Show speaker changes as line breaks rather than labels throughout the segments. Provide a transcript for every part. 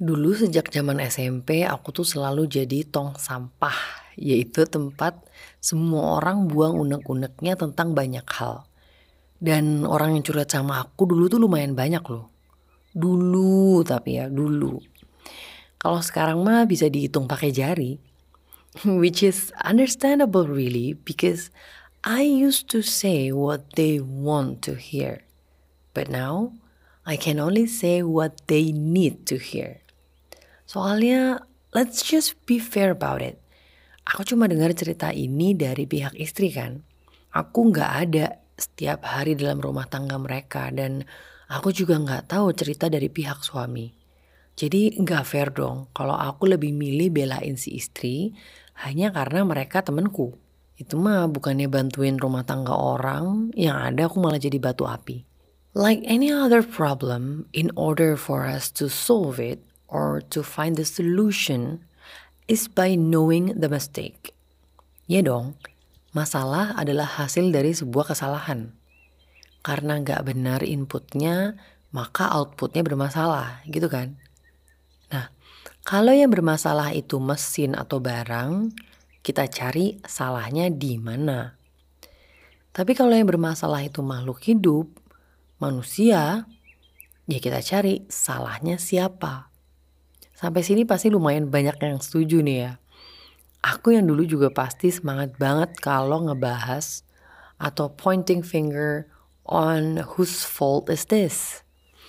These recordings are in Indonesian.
Dulu sejak zaman SMP aku tuh selalu jadi tong sampah, yaitu tempat semua orang buang unek-uneknya tentang banyak hal. Dan orang yang curhat sama aku dulu tuh lumayan banyak loh. Dulu tapi ya dulu. Kalau sekarang mah bisa dihitung pakai jari. Which is understandable really because I used to say what they want to hear. But now I can only say what they need to hear. Soalnya, let's just be fair about it. Aku cuma dengar cerita ini dari pihak istri kan. Aku nggak ada setiap hari dalam rumah tangga mereka dan aku juga nggak tahu cerita dari pihak suami. Jadi nggak fair dong kalau aku lebih milih belain si istri hanya karena mereka temenku. Itu mah bukannya bantuin rumah tangga orang, yang ada aku malah jadi batu api. Like any other problem, in order for us to solve it or to find the solution is by knowing the mistake. Ya dong, masalah adalah hasil dari sebuah kesalahan. Karena nggak benar inputnya, maka outputnya bermasalah, gitu kan? Nah, kalau yang bermasalah itu mesin atau barang, kita cari salahnya di mana. Tapi kalau yang bermasalah itu makhluk hidup, manusia, ya kita cari salahnya siapa. Sampai sini pasti lumayan banyak yang setuju nih ya. Aku yang dulu juga pasti semangat banget kalau ngebahas atau pointing finger on whose fault is this.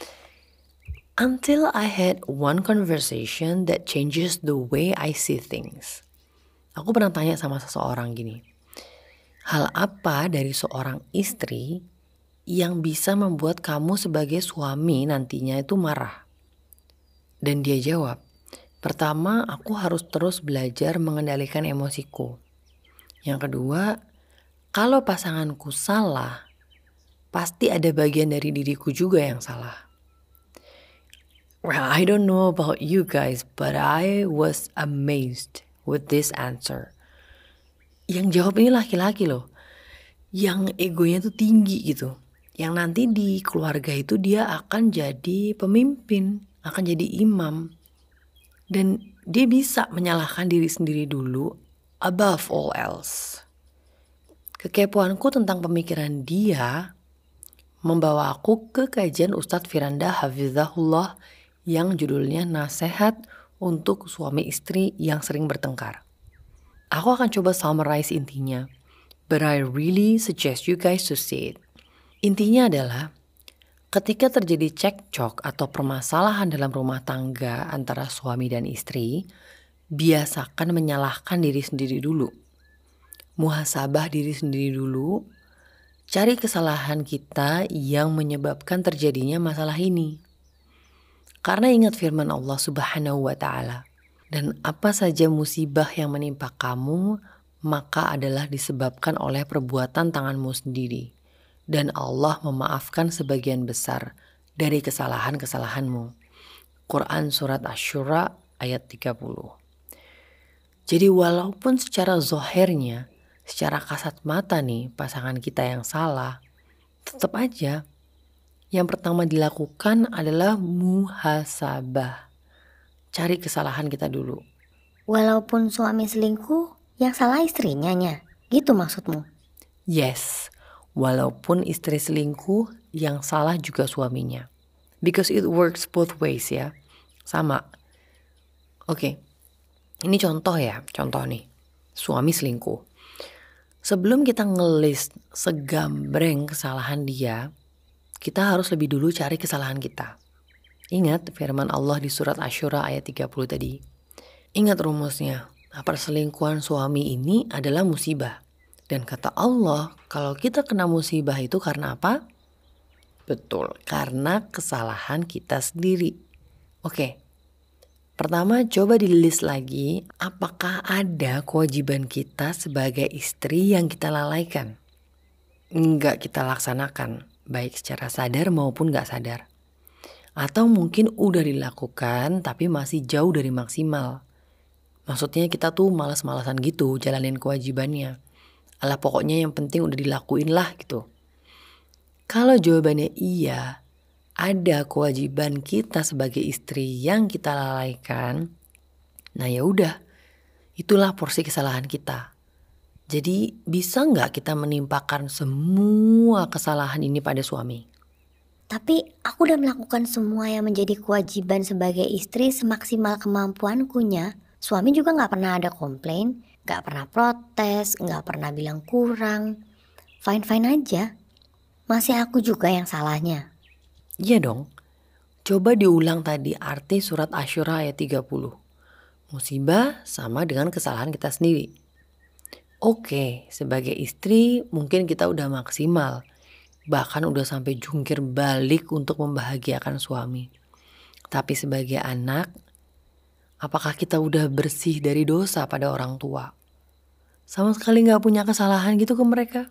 Until I had one conversation that changes the way I see things. Aku pernah tanya sama seseorang gini, hal apa dari seorang istri yang bisa membuat kamu sebagai suami nantinya itu marah? Dan dia jawab, pertama aku harus terus belajar mengendalikan emosiku. Yang kedua, kalau pasanganku salah, pasti ada bagian dari diriku juga yang salah. Well, I don't know about you guys, but I was amazed with this answer. Yang jawab ini laki-laki loh, yang egonya tuh tinggi gitu. Yang nanti di keluarga itu dia akan jadi pemimpin, akan jadi imam. Dan dia bisa menyalahkan diri sendiri dulu above all else. Kekepoanku tentang pemikiran dia membawa aku ke kajian Ustadz Firanda Hafizahullah yang judulnya Nasihat untuk Suami Istri yang Sering Bertengkar. Aku akan coba summarize intinya, but I really suggest you guys to see it. Intinya adalah, ketika terjadi cekcok atau permasalahan dalam rumah tangga antara suami dan istri, biasakan menyalahkan diri sendiri dulu. Muhasabah diri sendiri dulu, cari kesalahan kita yang menyebabkan terjadinya masalah ini. Karena ingat firman Allah Subhanahu wa Ta'ala, dan apa saja musibah yang menimpa kamu, maka adalah disebabkan oleh perbuatan tanganmu sendiri. Dan Allah memaafkan sebagian besar dari kesalahan-kesalahanmu. Quran Surat Asy-Syura ayat 30. Jadi walaupun secara zohirnya, secara kasat mata nih pasangan kita yang salah, tetap aja yang pertama dilakukan adalah muhasabah. Cari kesalahan kita dulu.
Walaupun suami selingkuh, yang salah istrinya nya. Gitu maksudmu?
Yes, walaupun istri selingkuh, yang salah juga suaminya. Because it works both ways ya. Sama. Oke, ini contoh ya, contoh nih. Suami selingkuh. Sebelum kita ngelist segambreng kesalahan dia, kita harus lebih dulu cari kesalahan kita. Ingat firman Allah di surat Asy-Syura ayat 30 tadi. Ingat rumusnya, perselingkuhan suami ini adalah musibah. Dan kata Allah, kalau kita kena musibah itu karena apa? Betul, karena kesalahan kita sendiri. Oke, pertama coba di-list lagi, apakah ada kewajiban kita sebagai istri yang kita lalaikan? Enggak kita laksanakan, baik secara sadar maupun gak sadar. Atau mungkin udah dilakukan tapi masih jauh dari maksimal. Maksudnya kita tuh malas-malasan gitu jalanin kewajibannya. Alah pokoknya yang penting udah dilakuin lah gitu. Kalau jawabannya iya, ada kewajiban kita sebagai istri yang kita lalaikan, nah ya udah, itulah porsi kesalahan kita. Jadi bisa nggak kita menimpakan semua kesalahan ini pada suami?
Tapi aku udah melakukan semua yang menjadi kewajiban sebagai istri semaksimal kemampuankunya. Suami juga gak pernah ada komplain, gak pernah protes, gak pernah bilang kurang. Fine-fine aja. Masih aku juga yang salahnya.
Iya dong. Coba diulang tadi arti surat Asyura ayat 30. Musibah sama dengan kesalahan kita sendiri. Oke, sebagai istri mungkin kita udah maksimal. Bahkan udah sampai jungkir balik untuk membahagiakan suami. Tapi sebagai anak, apakah kita udah bersih dari dosa pada orang tua? Sama sekali gak punya kesalahan gitu ke mereka?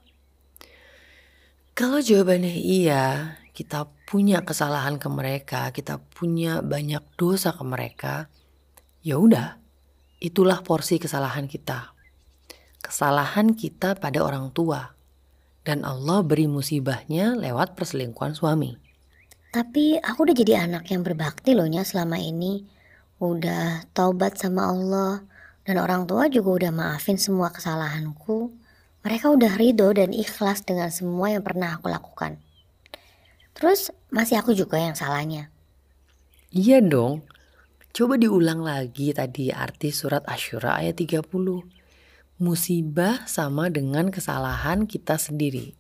Kalau jawabannya iya, kita punya kesalahan ke mereka, kita punya banyak dosa ke mereka, ya udah, itulah porsi kesalahan kita. Kesalahan kita pada orang tua. Dan Allah beri musibahnya lewat perselingkuhan suami.
Tapi aku udah jadi anak yang berbakti loh Nya selama ini. Udah taubat sama Allah. Dan orang tua juga udah maafin semua kesalahanku. Mereka udah ridho dan ikhlas dengan semua yang pernah aku lakukan. Terus masih aku juga yang salahnya.
Iya dong. Coba diulang lagi tadi arti surat Asyura ayat 30. Musibah sama dengan kesalahan kita sendiri.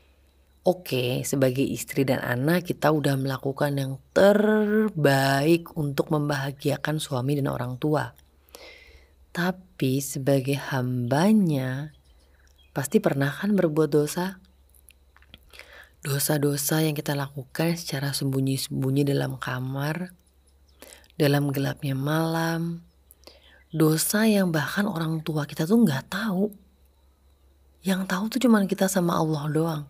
Oke, sebagai istri dan anak kita udah melakukan yang terbaik untuk membahagiakan suami dan orang tua. Tapi sebagai hambanya, pasti pernah kan berbuat dosa? Dosa-dosa yang kita lakukan secara sembunyi-sembunyi dalam kamar, dalam gelapnya malam. Dosa yang bahkan orang tua kita tuh gak tahu. Yang tahu tuh cuma kita sama Allah doang.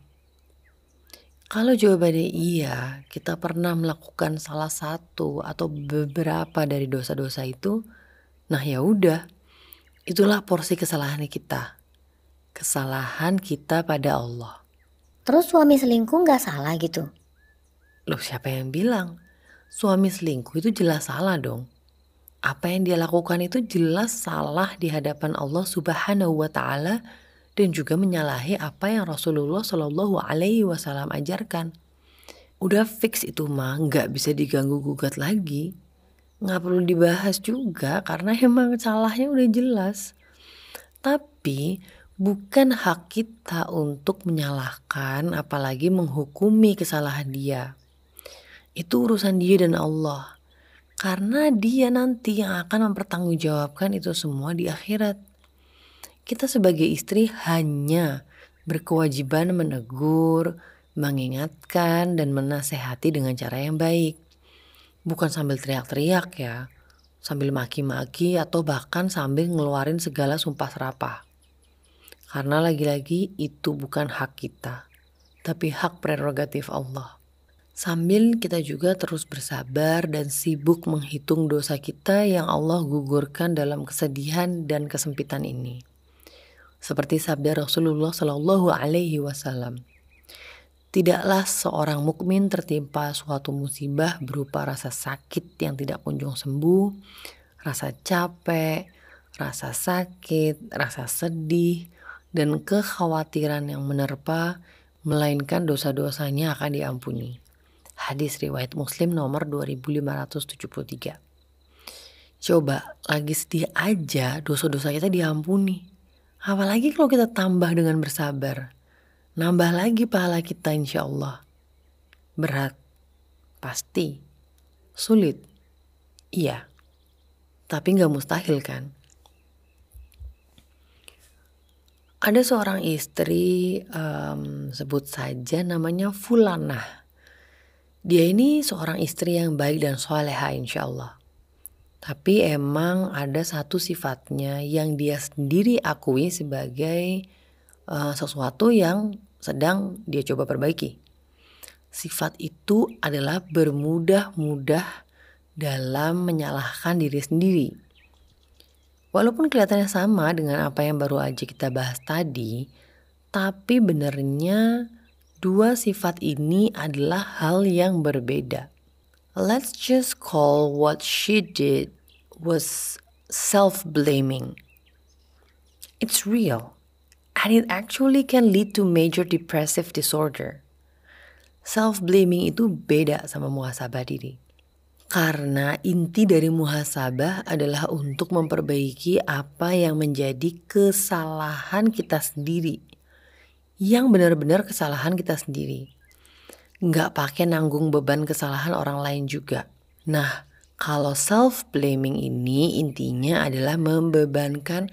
Kalau jawabannya iya, kita pernah melakukan salah satu atau beberapa dari dosa-dosa itu, nah ya udah, itulah porsi kesalahan kita. Kesalahan kita pada Allah.
Terus suami selingkuh gak salah gitu?
Loh siapa yang bilang? Suami selingkuh itu jelas salah dong. Apa yang dia lakukan itu jelas salah di hadapan Allah Subhanahu wa Ta'ala dan juga menyalahi apa yang Rasulullah Shallallahu Alaihi Wasallam ajarkan. Udah fix itu mah, nggak bisa diganggu gugat lagi, nggak perlu dibahas juga karena emang salahnya udah jelas. Tapi bukan hak kita untuk menyalahkan apalagi menghukumi kesalahan dia. Itu urusan dia dan Allah. Karena dia nanti yang akan mempertanggungjawabkan itu semua di akhirat. Kita sebagai istri hanya berkewajiban menegur, mengingatkan, dan menasehati dengan cara yang baik. Bukan sambil teriak-teriak ya, sambil maki-maki atau bahkan sambil ngeluarin segala sumpah serapah. Karena lagi-lagi itu bukan hak kita, tapi hak prerogatif Allah. Sambil kita juga terus bersabar dan sibuk menghitung dosa kita yang Allah gugurkan dalam kesedihan dan kesempitan ini. Seperti sabda Rasulullah Shallallahu Alaihi Wasallam, tidaklah seorang mukmin tertimpa suatu musibah berupa rasa sakit yang tidak kunjung sembuh, rasa capek, rasa sakit, rasa sedih, dan kekhawatiran yang menerpa, melainkan dosa-dosanya akan diampuni. Hadis riwayat Muslim nomor 2573. Coba lagi sedih aja dosa-dosa kita diampuni. Apalagi kalau kita tambah dengan bersabar. Nambah lagi pahala kita insya Allah. Berat. Pasti. Sulit. Iya. Tapi gak mustahil kan. Ada seorang istri sebut saja namanya Fulanah. Dia ini seorang istri yang baik dan soleha insya Allah. Tapi emang ada satu sifatnya yang dia sendiri akui sebagai sesuatu yang sedang dia coba perbaiki. Sifat itu adalah bermudah-mudah dalam menyalahkan diri sendiri. Walaupun kelihatannya sama dengan apa yang baru aja kita bahas tadi, tapi benernya dua sifat ini adalah hal yang berbeda. Let's just call what she did was self-blaming. It's real, and it actually can lead to major depressive disorder. Self-blaming itu beda sama muhasabah diri. Karena inti dari muhasabah adalah untuk memperbaiki apa yang menjadi kesalahan kita sendiri. Yang benar-benar kesalahan kita sendiri. Nggak pakai nanggung beban kesalahan orang lain juga. Nah, kalau self-blaming ini intinya adalah membebankan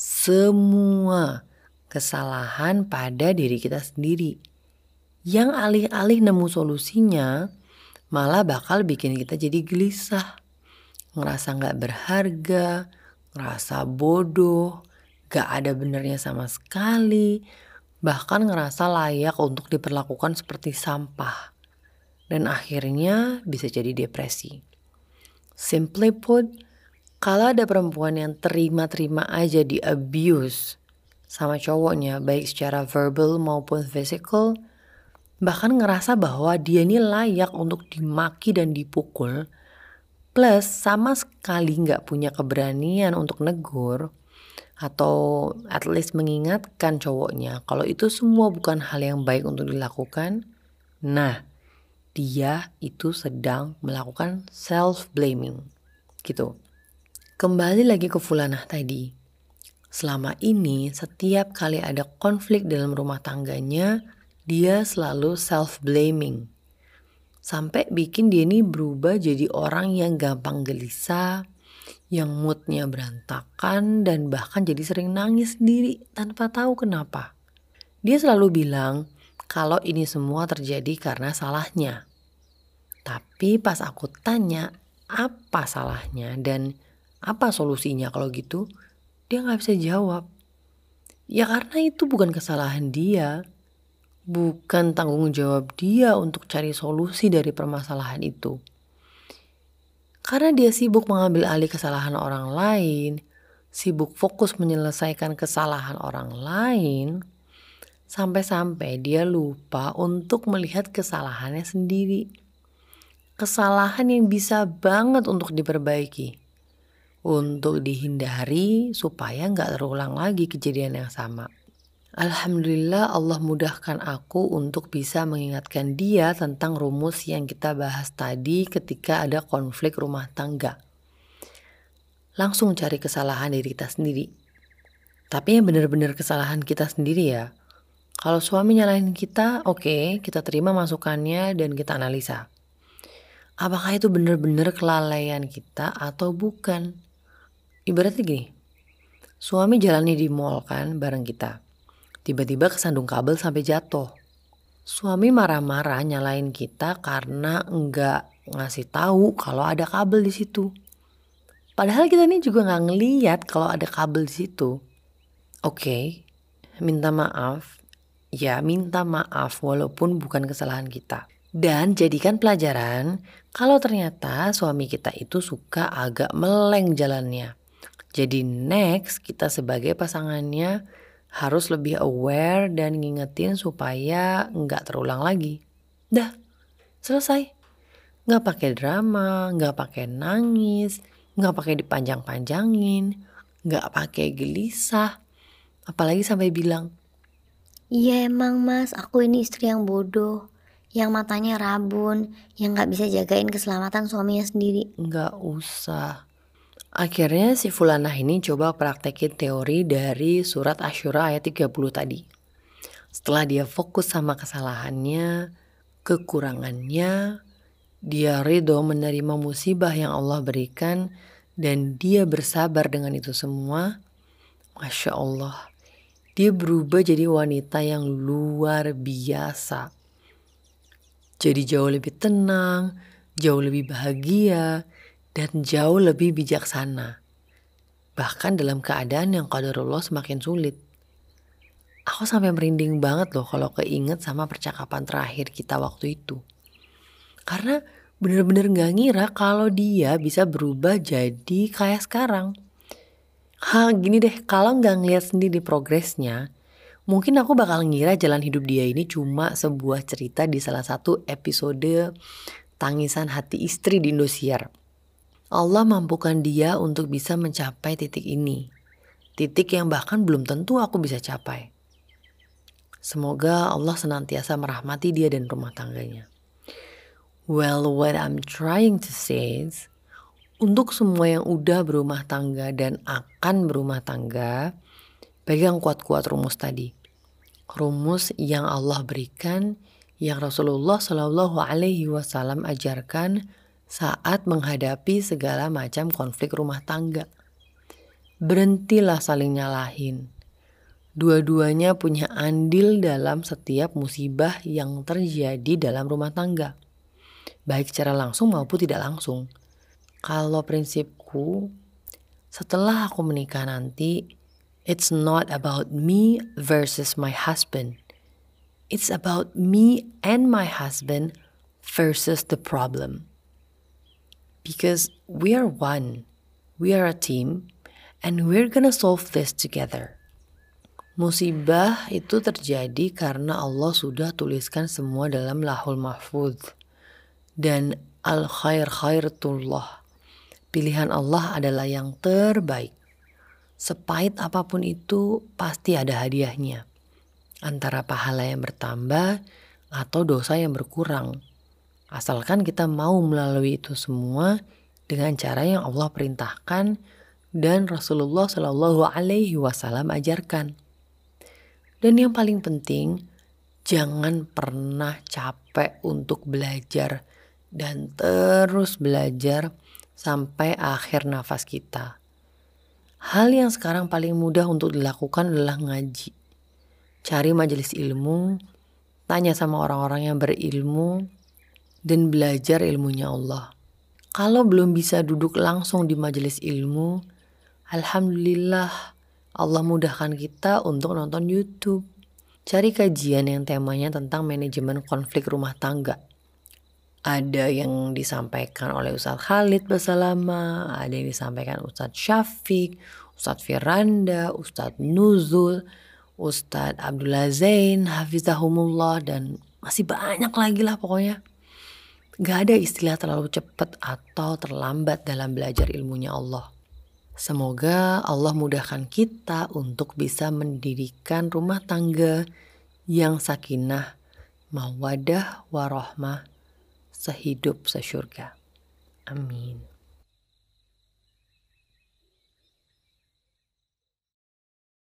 semua kesalahan pada diri kita sendiri. Yang alih-alih nemu solusinya, malah bakal bikin kita jadi gelisah, ngerasa gak berharga, ngerasa bodoh, gak ada benernya sama sekali, bahkan ngerasa layak untuk diperlakukan seperti sampah. Dan akhirnya bisa jadi depresi. Simply put, kalau ada perempuan yang terima-terima aja di abuse sama cowoknya, baik secara verbal maupun physical, bahkan ngerasa bahwa dia ini layak untuk dimaki dan dipukul, plus sama sekali gak punya keberanian untuk negur, atau at least mengingatkan cowoknya kalau itu semua bukan hal yang baik untuk dilakukan, nah dia itu sedang melakukan self-blaming gitu. Kembali lagi ke Fulanah tadi, selama ini setiap kali ada konflik dalam rumah tangganya, dia selalu self-blaming. Sampai bikin dia ini berubah jadi orang yang gampang gelisah, yang moodnya berantakan, dan bahkan jadi sering nangis sendiri tanpa tahu kenapa. Dia selalu bilang kalau ini semua terjadi karena salahnya. Tapi pas aku tanya apa salahnya dan apa solusinya kalau gitu, dia gak bisa jawab. Ya karena itu bukan kesalahan dia. Bukan tanggung jawab dia untuk cari solusi dari permasalahan itu. Karena dia sibuk mengambil alih kesalahan orang lain, sibuk fokus menyelesaikan kesalahan orang lain, sampai-sampai dia lupa untuk melihat kesalahannya sendiri. Kesalahan yang bisa banget untuk diperbaiki, untuk dihindari supaya gak terulang lagi kejadian yang sama. Alhamdulillah Allah mudahkan aku untuk bisa mengingatkan dia tentang rumus yang kita bahas tadi ketika ada konflik rumah tangga. Langsung cari kesalahan diri kita sendiri. Tapi yang benar-benar kesalahan kita sendiri ya. Kalau suami nyalahin kita, oke, kita terima masukannya dan kita analisa. Apakah itu benar-benar kelalaian kita atau bukan? Ibaratnya gini, suami jalannya di mall kan bareng kita. Tiba-tiba kesandung kabel sampai jatuh. Suami marah-marah nyalain kita karena enggak ngasih tahu kalau ada kabel di situ. Padahal kita ini juga nggak ngeliat kalau ada kabel di situ. Oke, minta maaf. Ya minta maaf walaupun bukan kesalahan kita. Dan jadikan pelajaran kalau ternyata suami kita itu suka agak meleng jalannya. Jadi next kita sebagai pasangannya harus lebih aware dan ngingetin supaya nggak terulang lagi. Dah, selesai. Nggak pakai drama, nggak pakai nangis, nggak pakai dipanjang-panjangin, nggak pakai gelisah. Apalagi sampai bilang,
Iya emang mas, aku ini istri yang bodoh, yang matanya rabun, yang gak bisa jagain keselamatan suaminya sendiri.
nggak usah. Akhirnya si Fulanah ini coba praktekin teori dari surat Asyura ayat 30 tadi. Setelah dia fokus sama kesalahannya, kekurangannya, dia ridho menerima musibah yang Allah berikan dan dia bersabar dengan itu semua. Masya Allah, dia berubah jadi wanita yang luar biasa. Jadi jauh lebih tenang, jauh lebih bahagia, dan jauh lebih bijaksana. Bahkan dalam keadaan yang qadarullah semakin sulit. Aku sampai merinding banget loh kalau keinget sama percakapan terakhir kita waktu itu. Karena bener-bener gak ngira kalau dia bisa berubah jadi kayak sekarang. Gini deh, kalau gak ngeliat sendiri progresnya, Mungkin aku bakal ngira jalan hidup dia ini cuma sebuah cerita di salah satu episode Tangisan Hati Istri di Indosiar. Allah mampukan dia untuk bisa mencapai titik ini. Titik yang bahkan belum tentu aku bisa capai. Semoga Allah senantiasa merahmati dia dan rumah tangganya. Well, what I'm trying to say is, untuk semua yang udah berumah tangga dan akan berumah tangga, pegang kuat-kuat rumus tadi. Rumus yang Allah berikan, yang Rasulullah Shallallahu Alaihi Wasallam ajarkan saat menghadapi segala macam konflik rumah tangga. Berhentilah saling nyalahin. Dua-duanya punya andil dalam setiap musibah yang terjadi dalam rumah tangga, baik secara langsung maupun tidak langsung. Kalau prinsipku, setelah aku menikah nanti, it's not about me versus my husband. It's about me and my husband versus the problem. Because we are one, we are a team, and we're gonna solve this together. Musibah itu terjadi karena Allah sudah tuliskan semua dalam lahul mahfudz. Dan al-khair khairatullah. Pilihan Allah adalah yang terbaik. Sepahit apapun itu pasti ada hadiahnya. Antara pahala yang bertambah atau dosa yang berkurang. Asalkan kita mau melalui itu semua dengan cara yang Allah perintahkan dan Rasulullah Shallallahu Alaihi Wasallam ajarkan. Dan yang paling penting, jangan pernah capek untuk belajar dan terus belajar sampai akhir nafas kita. Hal yang sekarang paling mudah untuk dilakukan adalah ngaji. Cari majelis ilmu, tanya sama orang-orang yang berilmu, dan belajar ilmunya Allah. Kalau belum bisa duduk langsung di majelis ilmu, alhamdulillah Allah mudahkan kita untuk nonton YouTube. Cari kajian yang temanya tentang manajemen konflik rumah tangga. Ada yang disampaikan oleh Ustadz Khalid Basalama, ada yang disampaikan Ustadz Syafiq, Ustadz Firanda, Ustadz Nuzul, Ustadz Abdullah Zain, Hafizahumullah, dan masih banyak lagi lah pokoknya. Gak ada istilah terlalu cepat atau terlambat dalam belajar ilmunya Allah. Semoga Allah mudahkan kita untuk bisa mendirikan rumah tangga yang sakinah, mawaddah, warahmah, sehidup sesyurga. Amin.